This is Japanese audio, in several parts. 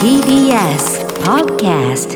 TBS Podcast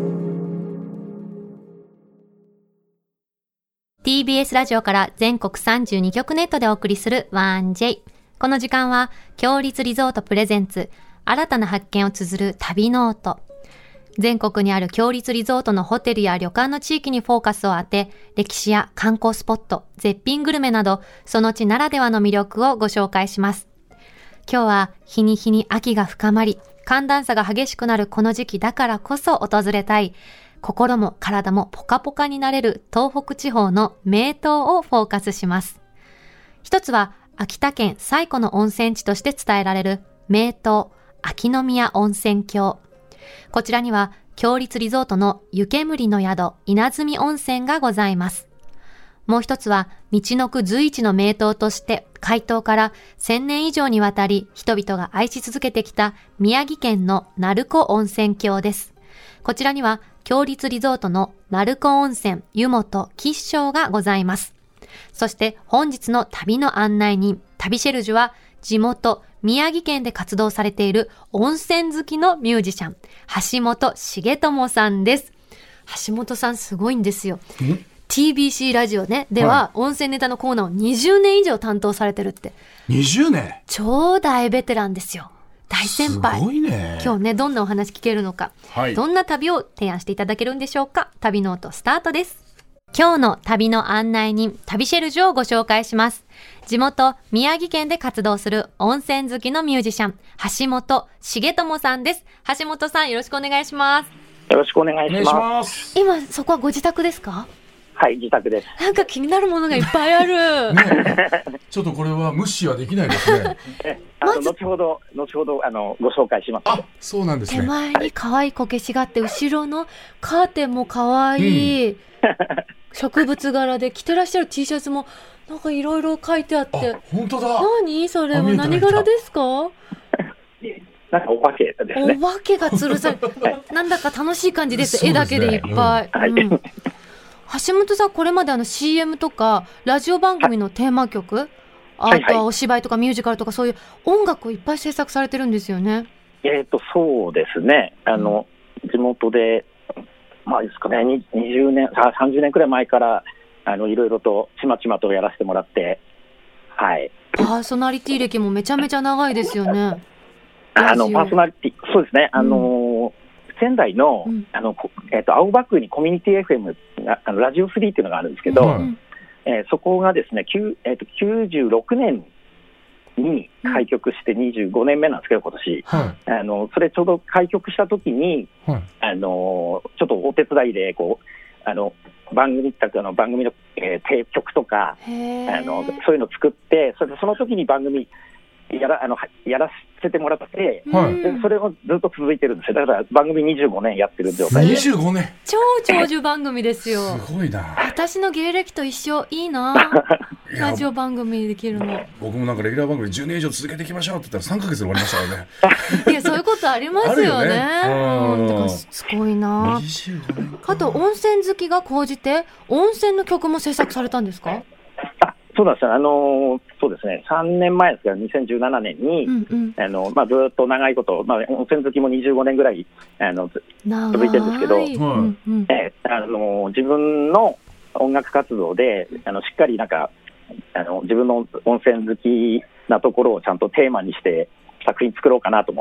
TBS ラジオから全国32局ネットでお送りする 1J。 この時間は強立リゾートプレゼンツ新たな発見を綴る旅ノート。全国にある強立リゾートのホテルや旅館の地域にフォーカスを当て、歴史や観光スポット、絶品グルメなどその地ならではの魅力をご紹介します。今日は日に日に秋が深まり、寒暖差が激しくなるこの時期だからこそ訪れたい、心も体もポカポカになれる東北地方の名湯をフォーカスします。一つは秋田県最古の温泉地として伝えられる名湯秋宮温泉郷。こちらには強立リゾートの湯煙の宿稲積温泉がございます。もう一つはみちのく随一の名湯として開湯から1000年以上にわたり人々が愛し続けてきた宮城県の鳴子温泉郷です。こちらには強立リゾートの鳴子温泉湯本吉祥がございます。そして本日の旅の案内人、旅シェルジュは地元宮城県で活動されている温泉好きのミュージシャン、橋本重友さんです。橋本さんすごいんですよ。TBC ラジオねでは、温泉ネタのコーナーを20年以上担当されてるって。 20年超大ベテランですよ。大先輩。 すごいね。 今日ね、どんなお話聞けるのか、どんな旅を提案していただけるんでしょうか。旅ノートスタートです。今日の旅の案内人、旅シェルジュをご紹介します。地元宮城県で活動する温泉好きのミュージシャン、橋本重友さんです。橋本さん、よろしくお願いします。 よろしくお願いします。 今そこはご自宅ですか？ はい、自宅です。 なんか気になるものがいっぱいある、 ちょっとこれは無視はできないですね。 後ほどご紹介します。 あ、そうなんですね。 手前に可愛いこけしがあって、後ろのカーテンも可愛い、植物柄で着てらっしゃる T シャツもなんかいろいろ書いてあって。 本当だ。 何それは何柄ですか？ なんかお化けですね。 お化けが吊るされてなんだか楽しい感じです。絵だけでいっぱい、橋本さん、これまでCM とかラジオ番組のテーマ曲、あとはお芝居とかミュージカルとか、そういう音楽をいっぱい制作されてるんですよね。 そうですね。地元でですかね、20年30年くらい前からいろいろとちまちまとやらせてもらって、はい。 パーソナリティ歴もめちゃめちゃ長いですよね。 パーソナリティ、そうですね。仙台の、青葉区にコミュニティ FM ラジオ3っていうのがあるんですけど、そこがですね、96年に開局して25年目なんですけど、今年、それちょうど開局した時に、ちょっとお手伝いで番組の、曲とかそういうのを作って、その時に番組やらせてもらって、でそれをずっと続いてるんですよ。だから番組25年やってる状態で。 25年超長寿番組ですよ。 すごいな。 私の芸歴と一緒。いいなラジオ番組できるの。 僕もなんかレギュラー番組10年以上続けていきましょうって言ったら3ヶ月で終わりましたからね。 いや、そういうことありますよね。だからすごいな。 25年か。 あと温泉好きが高じて温泉の曲も制作されたんですか？ そうなんですよ。そうですね、3年前ですから2017年に、ずっと長いこと、温泉好きも25年ぐらい続いてるんですけど、自分の音楽活動でしっかりなんか自分の温泉好きなところをちゃんとテーマにして作品作ろうかなと思って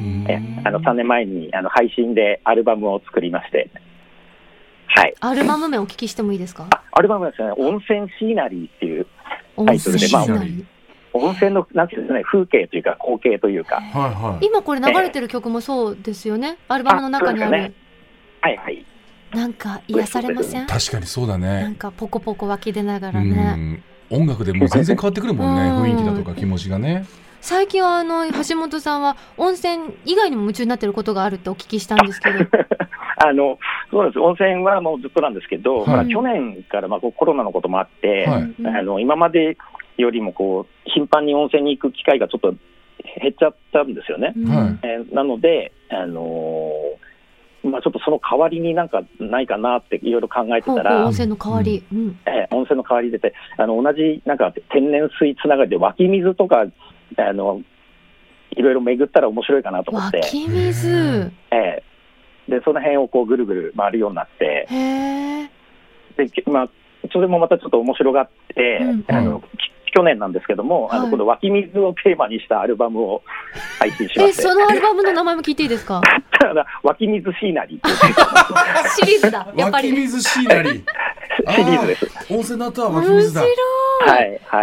、3年前に配信でアルバムを作りまして。はい、アルバム名お聞きしてもいいですか？ アルバムはですね、温泉シーナリーっていうタイトルで、温泉のなんていうんですかね、風景というか光景というか、 今これ流れてる曲もそうですよね。アルバムの中にある。なんか癒されません？ 確かにそうだね。 なんかポコポコ湧き出ながらね。 音楽でもう全然変わってくるもんね。雰囲気だとか気持ちがね。 最近は橋本さんは温泉以外にも夢中になってることがあるってお聞きしたんですけど。 そうです。温泉はもうずっとなんですけど、去年からコロナのこともあって、今までよりも頻繁に温泉に行く機会がちょっと減っちゃったんですよね。なので、ちょっとその代わりになんかないかなっていろいろ考えてたら、 温泉の代わり、 温泉の代わりで同じなんか天然水つながりで湧き水とかいろいろ巡ったら面白いかなと思って。 湧き水。 で、その辺をこうぐるぐる回るようになって、で、それもまたちょっと面白がって、去年なんですけども、この湧き水をテーマにしたアルバムを配信しまして。 そのアルバムの名前も聞いていいですか？ 湧き水シーナリーシリーズだ。やっぱり湧き水シーナリー。 シリーズです。 温泉の後は湧き水だ。 面白い。 はい。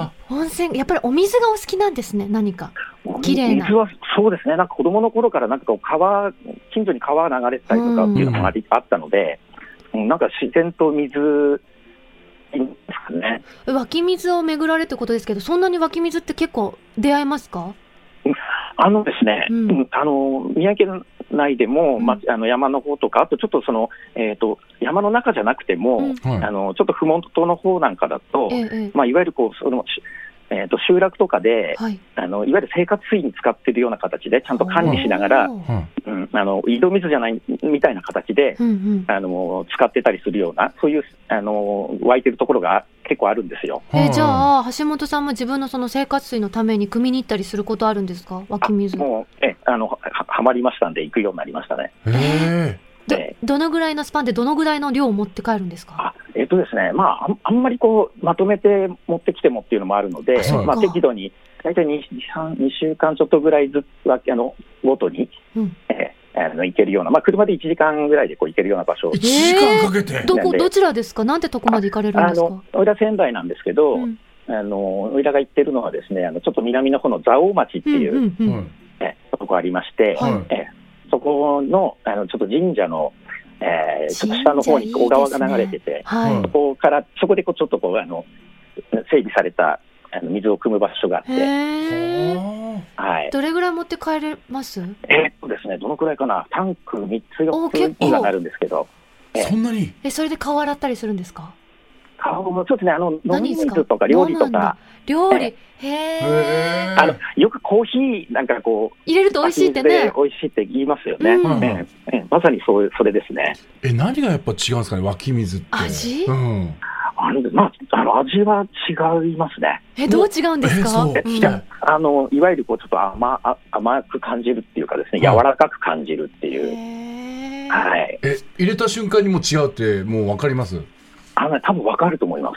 温泉、やっぱりお水がお好きなんですね。何か綺麗な。 水はそうですね。なんか子供の頃からなんかこう近所に川流れてたりとかっていうのもあったので、なんか自然と水ですかね。 湧き水を巡られってことですけど、そんなに湧き水って結構出会えますか？ ですね、宮城県内でも、山の方とか、あとちょっと山の中じゃなくても、ちょっとふもとの方なんかだと、いわゆるこう集落とかで、いわゆる生活水に使っているような形でちゃんと管理しながら、井戸水じゃないみたいな形で、使ってたりするような、そういう湧いてるところが結構あるんですよ。 じゃあ橋本さんも自分のその生活水のために汲みに行ったりすることあるんですか？湧き水。 もうはまりましたんで行くようになりましたね。 どのぐらいのスパンでどのぐらいの量を持って帰るんですか？ ですね、あんまりこうまとめて持ってきてもっていうのもあるので、適度に大体2週間ちょっとぐらいずつごとに、行けるような、車で1時間ぐらいでこう行けるような場所。 1時間かけて。 どちらですか？なんてとこまで行かれるんですか？ おいら仙台なんですけど、おいらが行ってるのはですね、ちょっと南の方の蔵王町っていうとこありまして、そこのちょっと神社のちょっと下の方に小川が流れてて、そこでちょっとこう整備された水を汲む場所があって、 どれぐらい持って帰れます？ ですね、どのくらいかな、タンク3つ4つにはなるんですけど、 そんなに？ それで顔洗ったりするんですか？ そうですね、飲み水とか料理とか。 料理、 よくコーヒーなんかこう入れると美味しいってね。 美味しいって言いますよね。まさにそれですね。 何がやっぱ違うんですかね、湧き水って。 味？ 味は違いますね。 どう違うんですか？ いわゆるこうちょっと甘く感じるっていうかですね、柔らかく感じるっていう。 入れた瞬間にもう違うってもう分かります？ 多分分かると思います。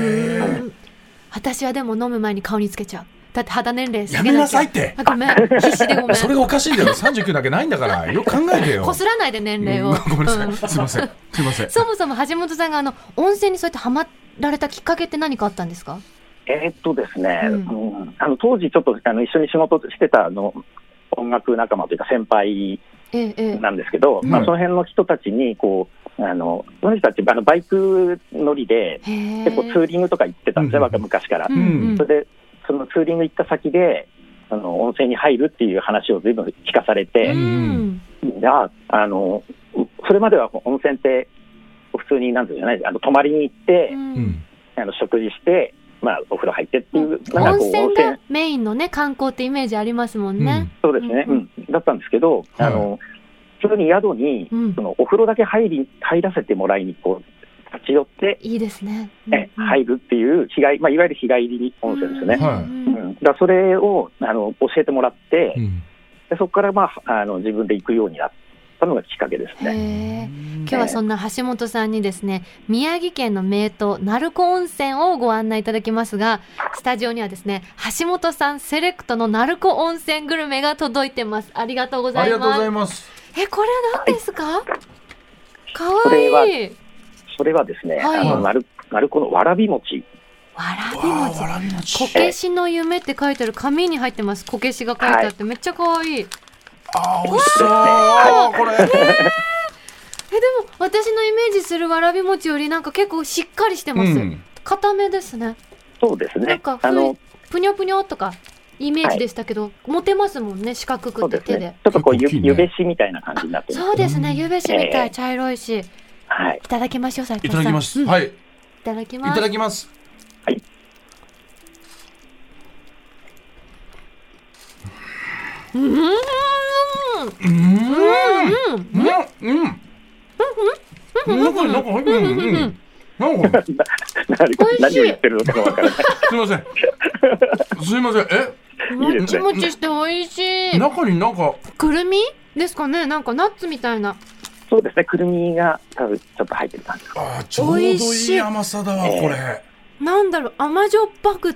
私はでも飲む前に顔につけちゃう。だって肌年齢やめなさいって。 ごめん、必死でごめん。 それがおかしいんだよ。39だけないんだから、よく考えてよ。 こすらないで年齢を。 ごめんなさい。すいません。 そもそも橋本さんが温泉にそうやってハマられたきっかけって何かあったんですか？ ですね、当時ちょっと一緒に仕事してた音楽仲間というか先輩なんですけど、その辺の人たちにこうその人たちバイク乗りで結構ツーリングとか行ってたんですよ、昔から。それでそのツーリング行った先で温泉に入るっていう話を随分聞かされて、じゃあそれまでは温泉って普通になんていうじゃない泊まりに行って、食事してお風呂入ってっていう、 温泉がメインのね観光ってイメージありますもんね。 そうですね、だったんですけど、普通に宿にお風呂だけ入らせてもらいにこう立ち寄っていいですね、 入るっていういわゆる日帰り温泉ですよね。だそれを教えてもらって、でそこから自分で行くようになったのがきっかけですね。 今日はそんな橋本さんにですね、宮城県の名湯鳴子温泉をご案内いただきますが、スタジオにはですね橋本さんセレクトの鳴子温泉グルメが届いてます。ありがとうございます。 ありがとうございます。 これは何ですか？かわいい。 それはですね、鳴子のわらび餅。 わらび餅。こけしの夢って書いてある紙に入ってます。こけしが書いてあってめっちゃかわいい。 美味しそうこれ。 でも私のイメージするわらび餅よりなんか結構しっかりしてます。固めですね。 そうですね。 なんかぷにょぷにょとかイメージでしたけど、持てますもんね、四角くて手で。 ちょっとこうゆべしみたいな感じになってます。 そうですね、ゆべしみたい、茶色いし。いただきましょう、斉藤さん。 いただきます。はい。 いただきます。 いただきます。 はい。何を言ってるのかわからない。 すみません。 もちもちして美味しい。 中になんかくるみですかね、なんかナッツみたいな。 そうですね、くるみが多分ちょっと入ってる感じです。 ちょうどいい甘さだわ、これ。 なんだろう、甘じょっぱくって、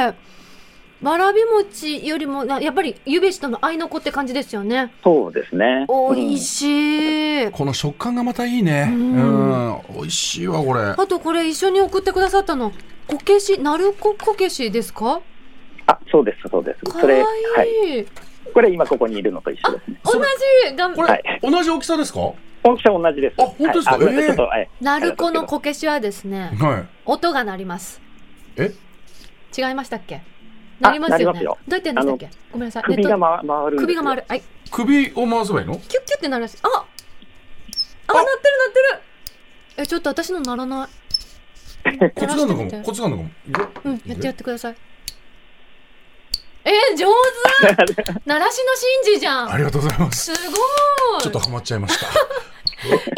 わらび餅よりもやっぱりゆべしとの合いの子って感じですよね。 そうですね。 美味しい。 この食感がまたいいね。美味しいわこれ。 あとこれ一緒に送ってくださったの、こけし、鳴子こけしですか？ そうですそうです。 かわいい。はい。 これ今ここにいるのと一緒ですね。 同じこれ、同じ大きさですか？ 大きさ同じです。 本当ですか？ 鳴子のこけしはですね、音が鳴ります。違いましたっけ？鳴りますよね。どうやってやるんでしたっけ？ごめんなさい。 首が回る。 首が回る。はい。 首を回せばいいの？ キュッキュッってなるらしい。鳴ってる鳴ってる。ちょっと私の鳴らない。 コツがあるのかも。コツがあるのかも。 やってください。上手。鳴らしの神事じゃん。 ありがとうございます。 すごい。 ちょっとハマっちゃいました。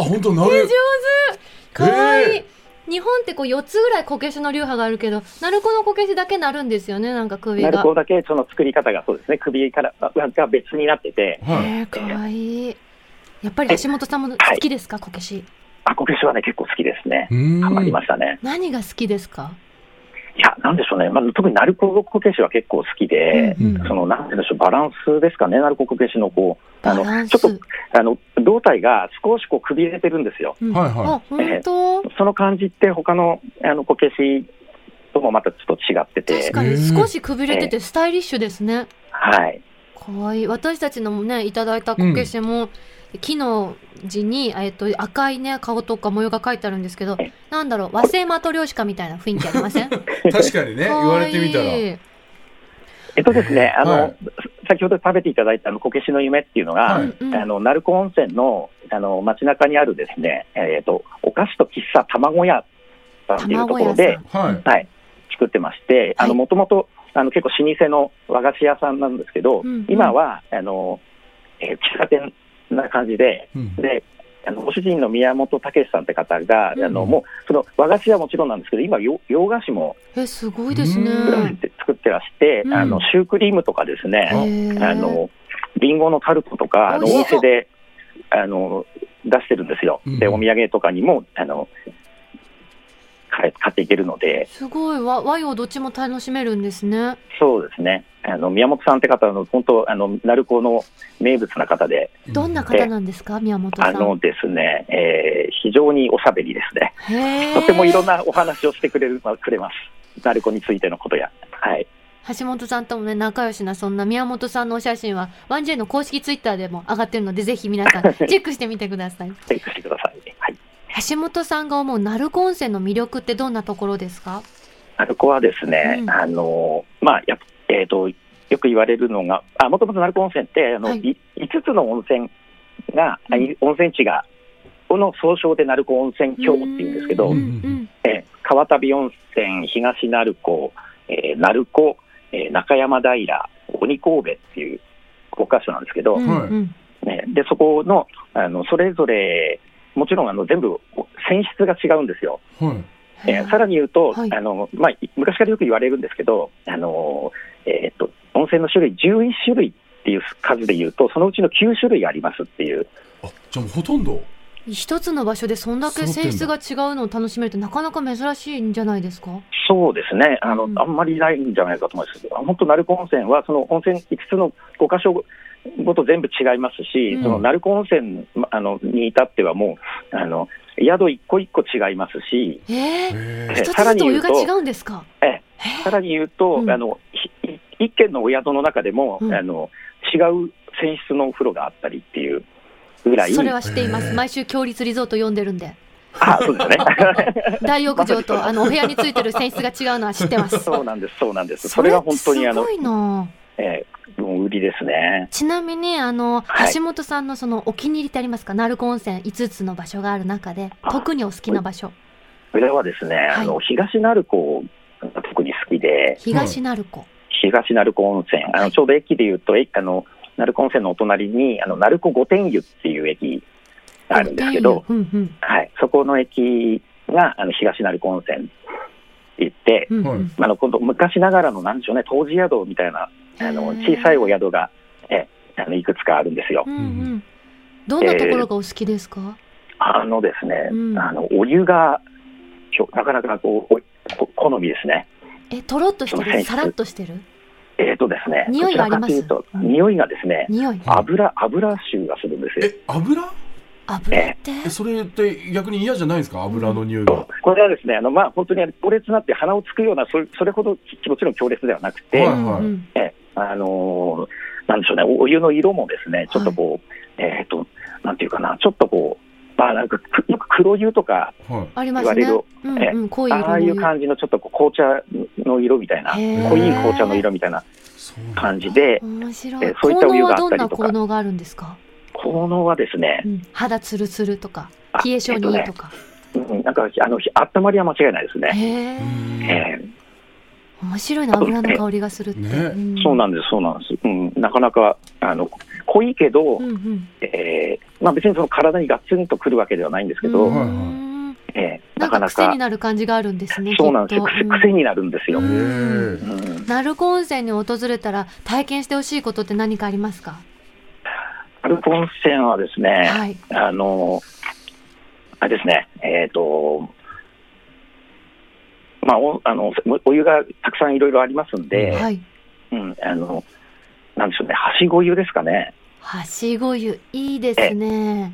本当なる。 上手。かわいい。日本って4つぐらいこけしの流派があるけど、鳴子のこけしだけ鳴るんですよね、なんか首が。 鳴子だけその作り方がそうですね、首からが別になってて。 かわいい。やっぱり橋本さんも好きですか、こけし？ こけしはね、結構好きですね。ハマりましたね。 何が好きですか？ いや、なんでしょうね、特に鳴子こけしは結構好きで、なんていうんでしょう、バランスですかね、鳴子こけしのちょっと胴体が少しくびれてるんですよ。 本当？ その感じって他のこけしともまたちょっと違ってて、 確かに少しくびれててスタイリッシュですね。 はい。 かわいい。私たちのもね、いただいたこけしも、木の字に、赤いね、顔とか模様が書いてあるんですけど、なんだろう、和製マトリョーシカみたいな雰囲気ありません？ 確かにね、言われてみたら。 ですね、先ほど食べていただいたこけしの夢っていうのが、鳴子温泉の街中にあるですね、お菓子と喫茶卵屋さんっていうところで、作ってまして、もともと結構老舗の和菓子屋さんなんですけど、今は喫茶店な感じで、ご主人の宮本武さんって方が、もうその和菓子はもちろんなんですけど、今洋菓子もすごいですね、 作ってらして、シュークリームとかですね、リンゴのタルトとかお店で出してるんですよ。でお土産とかにも買っていけるので、 すごい和洋どっちも楽しめるんですね。 そうですね。宮本さんって方は本当鳴子の名物な方で。 どんな方なんですか、宮本さん？ ですね、非常におしゃべりですね。とてもいろんなお話をしてくれます。鳴子についてのことや。はい。 橋本さんともね、仲良しなそんな宮本さんのお写真は 1J の公式ツイッターでも上がってるので、ぜひ皆さんチェックしてみてください。 チェックしてください。はい。 橋本さんが思う鳴子温泉の魅力ってどんなところですか？ 鳴子はですね、よく言われるのが、もともと鳴子温泉って5つの温泉が、温泉地がこの総称で鳴子温泉郷っていうんですけど、川旅温泉、東鳴子、鳴子、中山平、鬼神戸っていう5カ所なんですけど、でそこのそれぞれもちろん全部泉質が違うんですよ。さらに言うと、昔からよく言われるんですけど、温泉の種類11種類っていう数で言うと、そのうちの9種類ありますっていう。 じゃあもうほとんど一つの場所でそんだけ泉質が違うのを楽しめるってなかなか珍しいんじゃないですか？ そうですね。あんまりないんじゃないかと思います。本当鳴子温泉はその温泉5つの5カ所ごと全部違いますし、その鳴子温泉に至ってはもう宿一個一個違いますし、 一つずつお湯が違うんですか？ さらに言うと、一軒のお宿の中でも、違う泉質のお風呂があったりっていうぐらい。 それは知っています。毎週強立リゾート読んでるんで。 そうですね。 大浴場とお部屋についてる泉質が違うのは知ってます。 そうなんです、そうなんです。それが本当にすごいな。 売りですね。 ちなみに橋本さんのそのお気に入りってありますか？鳴子温泉5つの場所がある中で特にお好きな場所。 これはですね、東鳴子が特に好きで。 東鳴子温泉、ちょうど駅でいうと鳴子温泉のお隣に鳴子御殿湯っていう駅があるんですけど、そこの駅が東鳴子温泉って言って、今度昔ながらのなんでしょうね、湯治宿みたいな小さいお宿が、いくつかあるんですよ。 どんなところがお好きですか？ ですね、お湯がなかなか好みですね。 とろっとしてる、さらっとしてる。 ですね、 匂いがあります？ 匂いがですね、油臭がするんですよ。 油ってそれって逆に嫌じゃないですか？油の匂いが。 これはですね、本当に強烈になって鼻をつくようなそれほどもちろん強烈ではなくて、なんでしょうね、お湯の色もですね、ちょっとなんていうかな、ちょっとなんかよく黒湯とか言われる、ああいう感じのちょっと紅茶の色みたいな、濃い紅茶の色みたいな感じで、そういったお湯があったりとか。 効能はどんな効能があるんですか？ 効能はですね、 肌ツルツルとか冷え性にいいとか、 なんか温まりは間違いないですね。 面白いな、油の香りがするって。 そうなんです。なかなか濃いけど、別にその体にガッツンとくるわけではないんですけど、 なかなか癖になる感じがあるんですね。 そうなんですよ。癖になるんですよ。 鳴子温泉に訪れたら体験してほしいことって何かありますか？ 鳴子温泉はですね、あれですね、お湯がたくさんいろいろありますんで、なんでしょうね、はしご湯ですかね。 はしご湯、いいですね。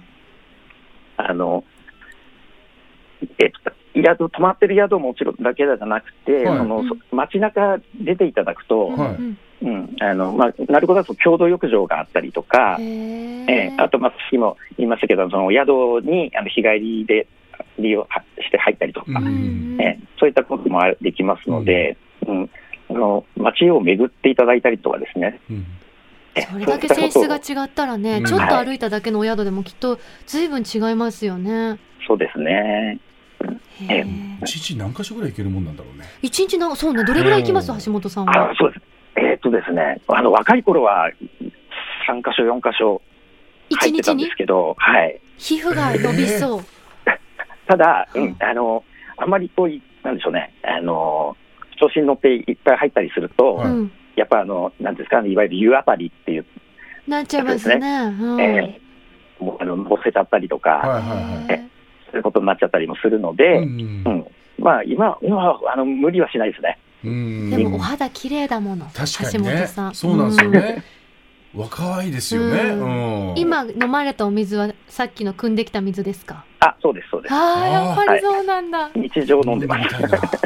泊まってる宿ももちろんだけじゃなくて、街中出ていただくと、鳴子だと共同浴場があったりとか、あとさっきも言いましたけど、その宿に日帰りで利用して入ったりとか、そういったこともできますので、街を巡っていただいたりとかですね。 それだけ泉質が違ったらね、ちょっと歩いただけのお宿でもきっと随分違いますよね。 そうですね。 1日何か所ぐらい行けるもんなんだろうね。 1日そうね、どれぐらい行きます？橋本さんは。 そうです。ですね、若い頃は3か所4か所入ってたんですけど、 皮膚が伸びそう。 ただ、あんまりなんでしょうね、調子に乗っていっぱい入ったりすると、やっぱなんですかね、いわゆる湯あたりっていうなっちゃいますね。 もう乗せちゃったりとか、そういうことになっちゃったりもするので、今は無理はしないですね。 でもお肌綺麗だもの。 確かにね。 橋本さん。 そうなんですよね。若いですよね。 今飲まれたお水はさっきの汲んできた水ですか？ そうですそうです。 やっぱりそうなんだ。 日常飲んでます。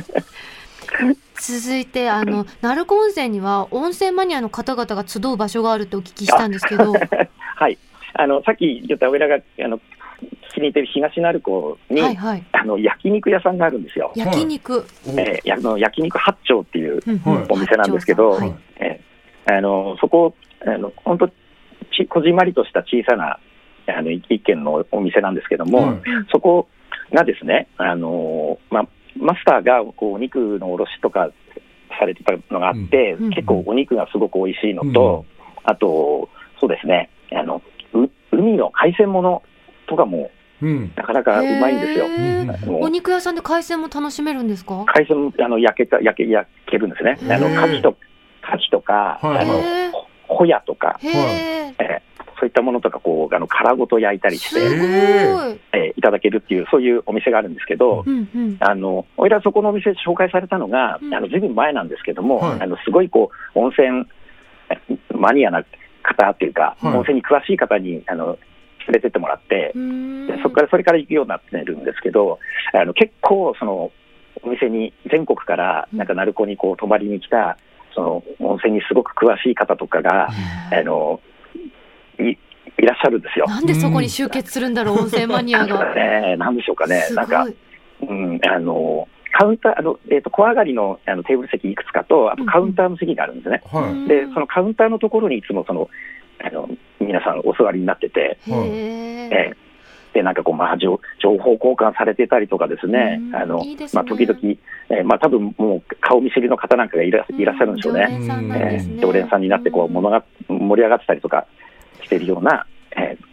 続いて鳴子温泉には温泉マニアの方々が集う場所があるってお聞きしたんですけど。 さっき言ったおいらが気に入っている東鳴子に、焼肉屋さんがあるんですよ。 焼肉、 焼肉八丁っていうお店なんですけど、そこ本当こじんまりとした小さな一軒のお店なんですけども、そこがですね、マスターがお肉の卸とかされてたのがあって、結構お肉がすごく美味しいのと、あとそうですね、海の海鮮物とかもなかなかうまいんですよ。 お肉屋さんで海鮮も楽しめるんですか？ 海鮮焼けるんですね。牡蠣とかホヤとか、そういったものとか殻ごと焼いたりしていただけるっていう、そういうお店があるんですけど、おいらそこのお店紹介されたのがずいぶん前なんですけども、すごい温泉マニアな方っていうか、温泉に詳しい方に連れてってもらって、それから行くようになってるんですけど、結構そのお店に全国から鳴子に泊まりに来たその温泉にすごく詳しい方とかがいらっしゃるんですよ。 なんでそこに集結するんだろう、温泉マニアが。 なんでしょうかね。カウンター小上がりのテーブル席いくつかと、あとカウンターの席があるんですね。でそのカウンターのところにいつも皆さんお座りになってて、で情報交換されてたりとかですね、時々、多分もう顔見知りの方なんかがいらっしゃるんでしょうね。常連さんになって盛り上がってたりとかしているような、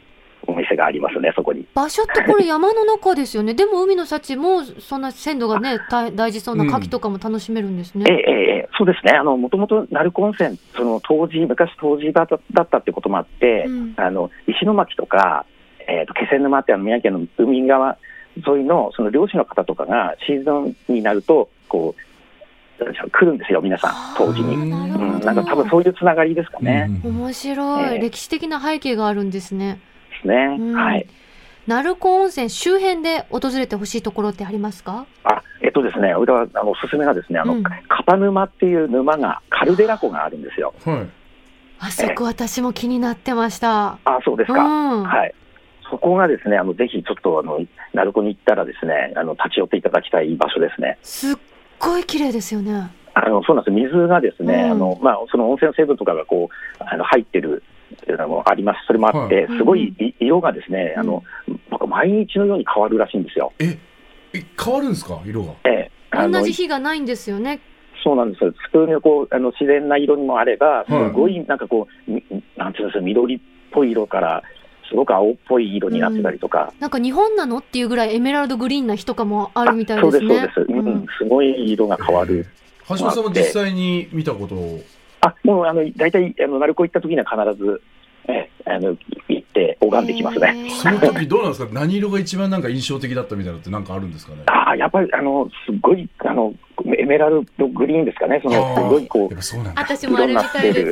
お店がありますね、そこに。 場所ってこれ山の中ですよね。でも海の幸もそんな鮮度がね、大事そうな牡蠣とかも楽しめるんですね。 そうですね。もともと鳴子温泉、昔湯治場だったってこともあって、石巻とか、気仙沼って宮城県の海側沿いのその漁師の方とかがシーズンになるとこう来るんですよ、皆さん当時に。なんか多分そういうつながりですかね。 面白い、歴史的な背景があるんですね。 ですね。はい。 鳴子温泉周辺で訪れてほしいところってありますか？ ですね、俺はおすすめがですね、片沼っていう沼がカルデラ湖があるんですよ。 あそこ私も気になってました。 そうですか。はい。そこがですね、ぜひちょっと鳴子に行ったらですね、立ち寄っていただきたい場所ですね。 すっごい綺麗ですよね。 そうなんです。水がですね、その温泉成分とかがこう入ってるのもあります。それもあって、すごい色がですね、毎日のように変わるらしいんですよ。 変わるんですか、色が？ 同じ日がないんですよね。 そうなんです。普通にこう自然な色にもあれば、すごいなんかこうなんていうんですか、緑っぽい色からすごく青っぽい色になってたりとか、 なんか日本なのっていうぐらいエメラルドグリーンな日とかもあるみたいですね。 そうです。すごい色が変わる。 橋本さんも実際に見たことを？ もう大体鳴子行った時には必ず行って拝んできますね。 その時どうなんですか？何色が一番なんか印象的だったみたいなのってなんかあるんですかね？ やっぱりすごいエメラルドグリーンですかね。すごいこう、 私もあれみたいです。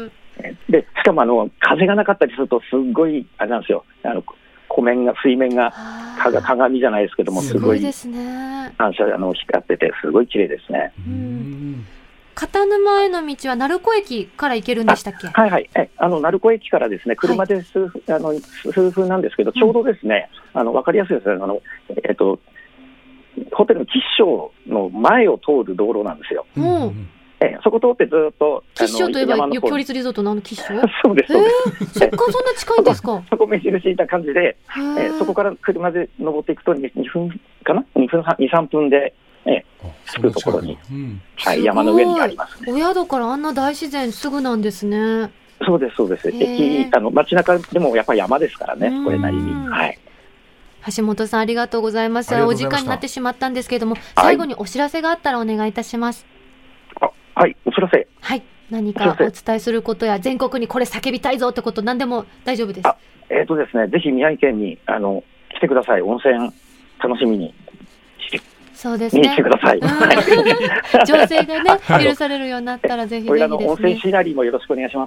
でしかも風がなかったりするとすごいあれなんですよ。水面が鏡じゃないですけども、すごいですね。 反射光っててすごい綺麗ですね。 片沼への道は鳴子駅から行けるんでしたっけ？ はい。鳴子駅からですね、車で数分なんですけど、ちょうどですね、わかりやすいですね。ホテルの吉祥の前を通る道路なんですよ。そこ通ってずっと吉祥といえば強立リゾートの吉祥？ そうです。 そっか、そんな近いんですか？ そこ目印いた感じで、そこから車で登っていくと2分かな、2、3分で着くところに、山の上にあります。 お宿からあんな大自然すぐなんですね。 そうです。街中でもやっぱり山ですからね、これなりに。 橋本さん、ありがとうございます。お時間になってしまったんですけれども、最後にお知らせがあったらお願いいたします。 お知らせ。 何かお伝えすることや、全国にこれ叫びたいぞってこと何でも大丈夫です。 ですね、ぜひ宮城県に来てください。温泉楽しみにそうですね。 見に来てください。 情勢がね、許されるようになったらぜひぜひですね。 温泉シナリーもよろしくお願いします。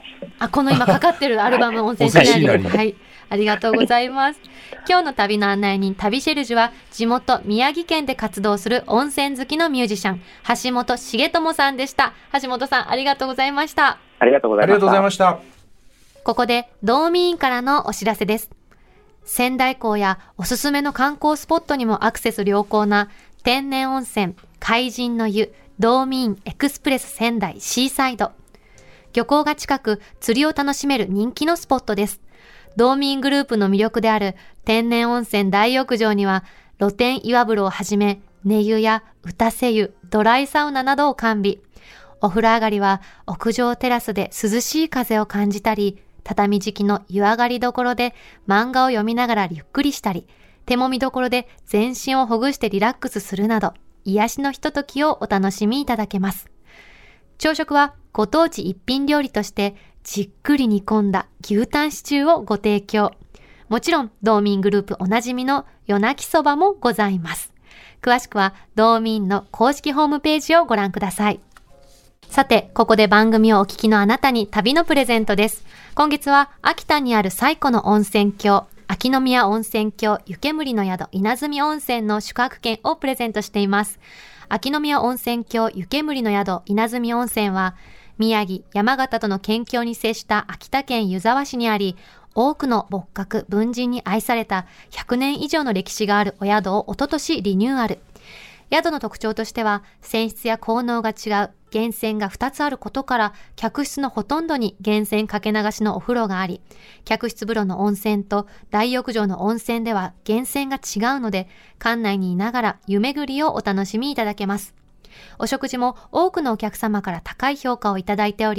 この今かかってるアルバム温泉シナリー。ありがとうございます。今日の旅の案内人、旅シェルジュは地元宮城県で活動する温泉好きのミュージシャン、橋本重友さんでした。橋本さん、ありがとうございました。 ありがとうございました。 ここで道民員からのお知らせです。仙台港やおすすめの観光スポットにもアクセス良好な天然温泉海神の湯道民エクスプレス仙台シーサイド。漁港が近く釣りを楽しめる人気のスポットです。道民グループの魅力である天然温泉大浴場には露天岩風呂をはじめ寝湯や打たせ湯、ドライサウナなどを完備。お風呂上がりは屋上テラスで涼しい風を感じたり、畳敷きの湯上がりどころで漫画を読みながらゆっくりしたり、手揉みどころで全身をほぐしてリラックスするなど、癒しのひとときをお楽しみいただけます。朝食はご当地一品料理としてじっくり煮込んだ牛タンシチューをご提供。もちろん道民グループおなじみの夜泣きそばもございます。詳しくは道民の公式ホームページをご覧ください。さて、ここで番組をお聞きのあなたに旅のプレゼントです。今月は秋田にある最古の温泉郷、秋宮温泉郷湯煙の宿稲積温泉の宿泊券をプレゼントしています。秋宮温泉郷湯煙の宿稲積温泉は、宮城、山形との県境に接した秋田県湯沢市にあり、多くの仏閣、文人に愛された100年以上の歴史があるお宿をおととしリニューアル。宿の特徴としては、泉質や効能が違う源泉が2つあることから、客室のほとんどに源泉かけ流しのお風呂があり、客室風呂の温泉と大浴場の温泉では源泉が違うので、館内にいながら湯巡りをお楽しみいただけます。お食事も多くのお客様から高い評価をいただいており、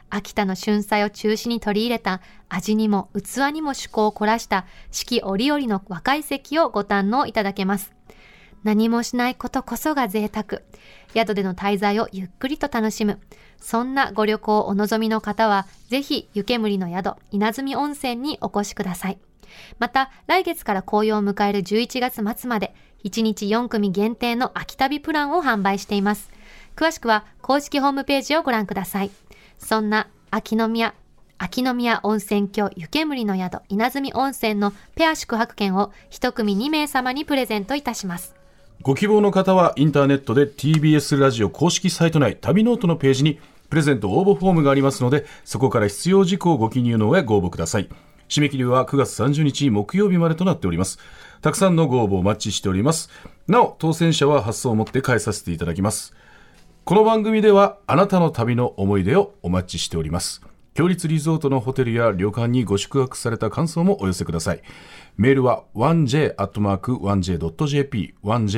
秋田の春菜を中心に取り入れた味にも器にも趣向を凝らした四季折々の和懐石をご堪能いただけます。何もしないことこそが贅沢。宿での滞在をゆっくりと楽しむ。そんなご旅行をお望みの方は、ぜひ湯煙の宿、稲積温泉にお越しください。また、来月から紅葉を迎える11月末まで、1日4組限定の秋旅プランを販売しています。詳しくは公式ホームページをご覧ください。そんな秋宮温泉郷湯煙の宿、稲積温泉のペア宿泊券を1組2名様にプレゼントいたします。 ご希望の方はインターネットで TBS ラジオ公式サイト内旅ノートのページにプレゼント応募フォームがありますので、そこから必要事項をご記入の上ご応募ください。締め切りは9月30日木曜日までとなっております。たくさんのご応募お待ちしております。なお当選者は発送をもって返させていただきます。この番組ではあなたの旅の思い出をお待ちしております。強立リゾートのホテルや旅館にご宿泊された感想もお寄せください。メールは 1j@1j.jp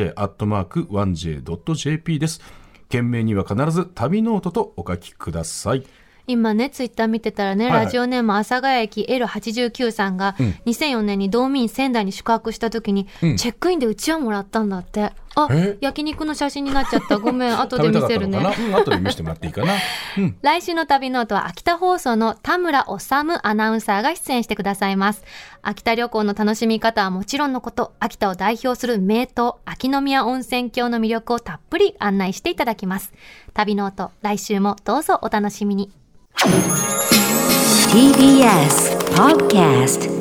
1j@1j.jp です。件名には必ず旅ノートとお書きください。 今ね、ツイッター見てたらね、ラジオネーム阿佐ヶ谷駅 L89 さんが、2004年に道民仙台に宿泊した時に、チェックインでうちわもらったんだって。焼肉の写真になっちゃった。ごめん、後で見せるね。 後で見せてもらっていいかな。 来週の旅ノートは秋田放送の田村治アナウンサーが出演してくださいます。秋田旅行の楽しみ方はもちろんのこと、秋田を代表する名湯、秋宮温泉郷の魅力をたっぷり案内していただきます。旅ノート、来週もどうぞお楽しみに。 TBS Podcast